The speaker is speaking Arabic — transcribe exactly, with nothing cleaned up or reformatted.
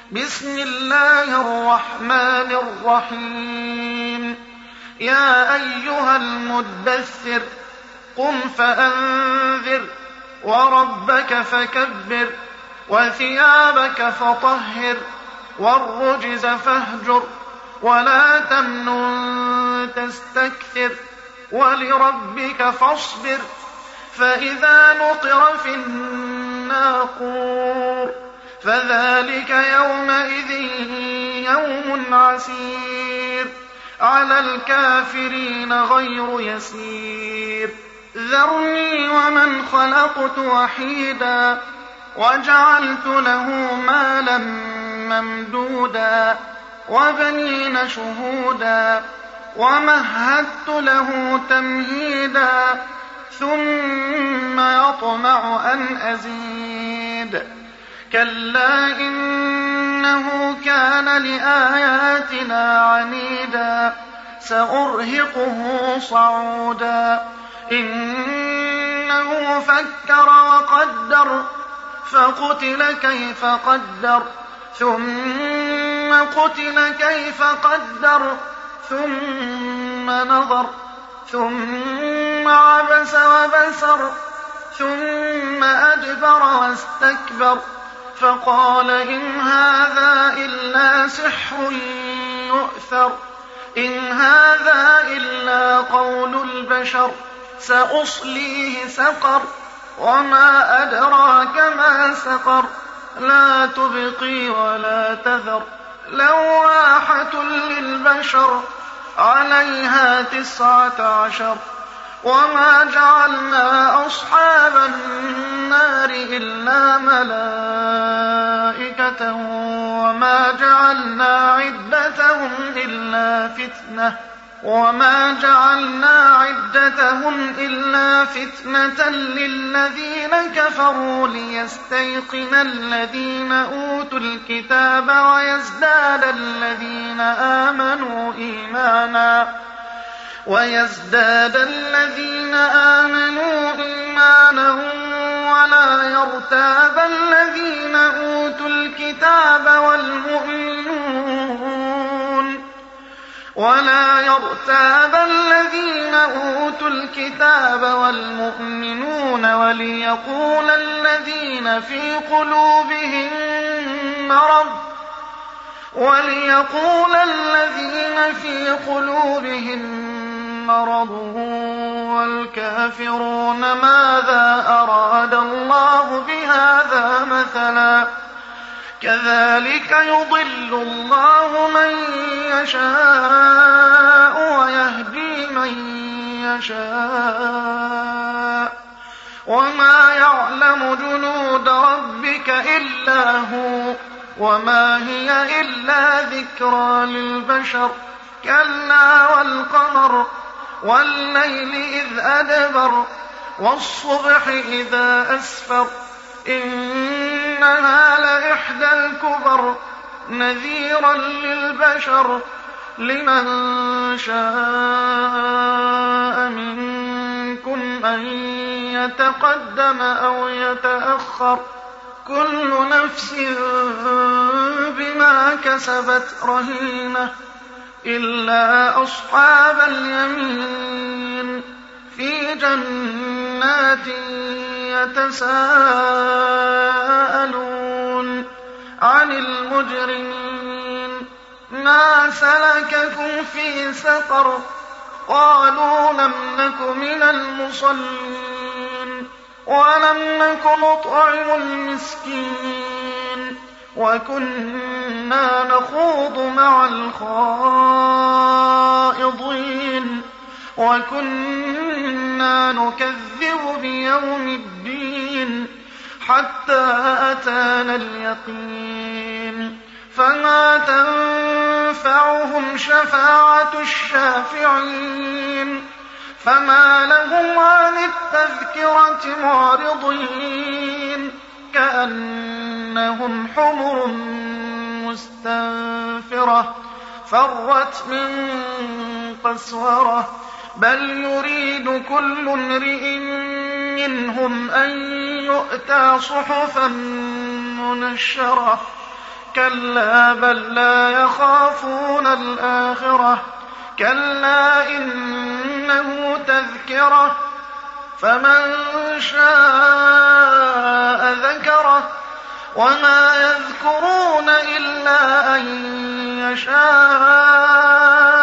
بسم الله الرحمن الرحيم يا أيها المدثر قم فأنذر وربك فكبر وثيابك فطهر والرجز فاهجر ولا تمنن تستكثر ولربك فاصبر فإذا نقر في الناقور فذلك يومئذ يوم عسير على الكافرين غير يسير ذرني ومن خلقت وحيدا وجعلت له مالا ممدودا وبنين شهودا ومهدت له تمهيدا ثم يطمع أن أزيد كلا إنه كان لآياتنا عنيدا سأرهقه صعودا إنه فكر وقدر فقتل كيف قدر ثم قتل كيف قدر ثم نظر ثم عبس وبسر ثم أدبر واستكبر فقال إن هذا إلا سحر يؤثر إن هذا إلا قول البشر سأصليه سقر وما أدراك ما سقر لا تبقي ولا تذر لواحة للبشر عليها تسعة عشر وما جعلنا أصحاب النار إلا ملائكة وما جعلنا عدتهم إلا فتنة وما جعلنا عدتهم إلا فتنة للذين كفروا ليستيقن الذين أوتوا الكتاب ويزداد الذين آمنوا إيمانا ويزداد الذين آمنوا إيمانا ولا يرتاب الذين أوتوا الكتاب والمؤمنون ولا يرتاب الذين أوتوا الكتاب والمؤمنون وليقول الذين في قلوبهم مرض وليقول الذين في قلوبهم مرض والكافرون ماذا أراد الله بهذا مثلا كذلك يضل الله من يشاء ويهدي من يشاء وما يعلم جنود ربك إلا هو وما هي إلا ذكرى للبشر كلا والقمر والليل إذ أدبر والصبح إذا أسفر إنها لإحدى الكبر نذيرا للبشر لمن شاء منكم أن يتقدم أو يتأخر كل نفس بما كسبت رهينة إلا أصحاب اليمين في جنات يتساءلون عن المجرمين ما سلككم في سقر قالوا لم نك من المصلين ولم نك نطعم المسكين وكنا نخوض مع الخائضين وكنا نكذب بيوم الدين حتى أتانا اليقين فما تنفعهم شفاعة الشافعين فما لهم عن التذكرة معرضين كأنهم حمر مستنفرة فرت من قسورة بل يريد كل امرئ منهم أن يؤتى صحفا منشرة كلا بل لا يخافون الآخرة كلا إنه تذكرة فمن شاء ذكره وما يذكرون إلا أن يشاء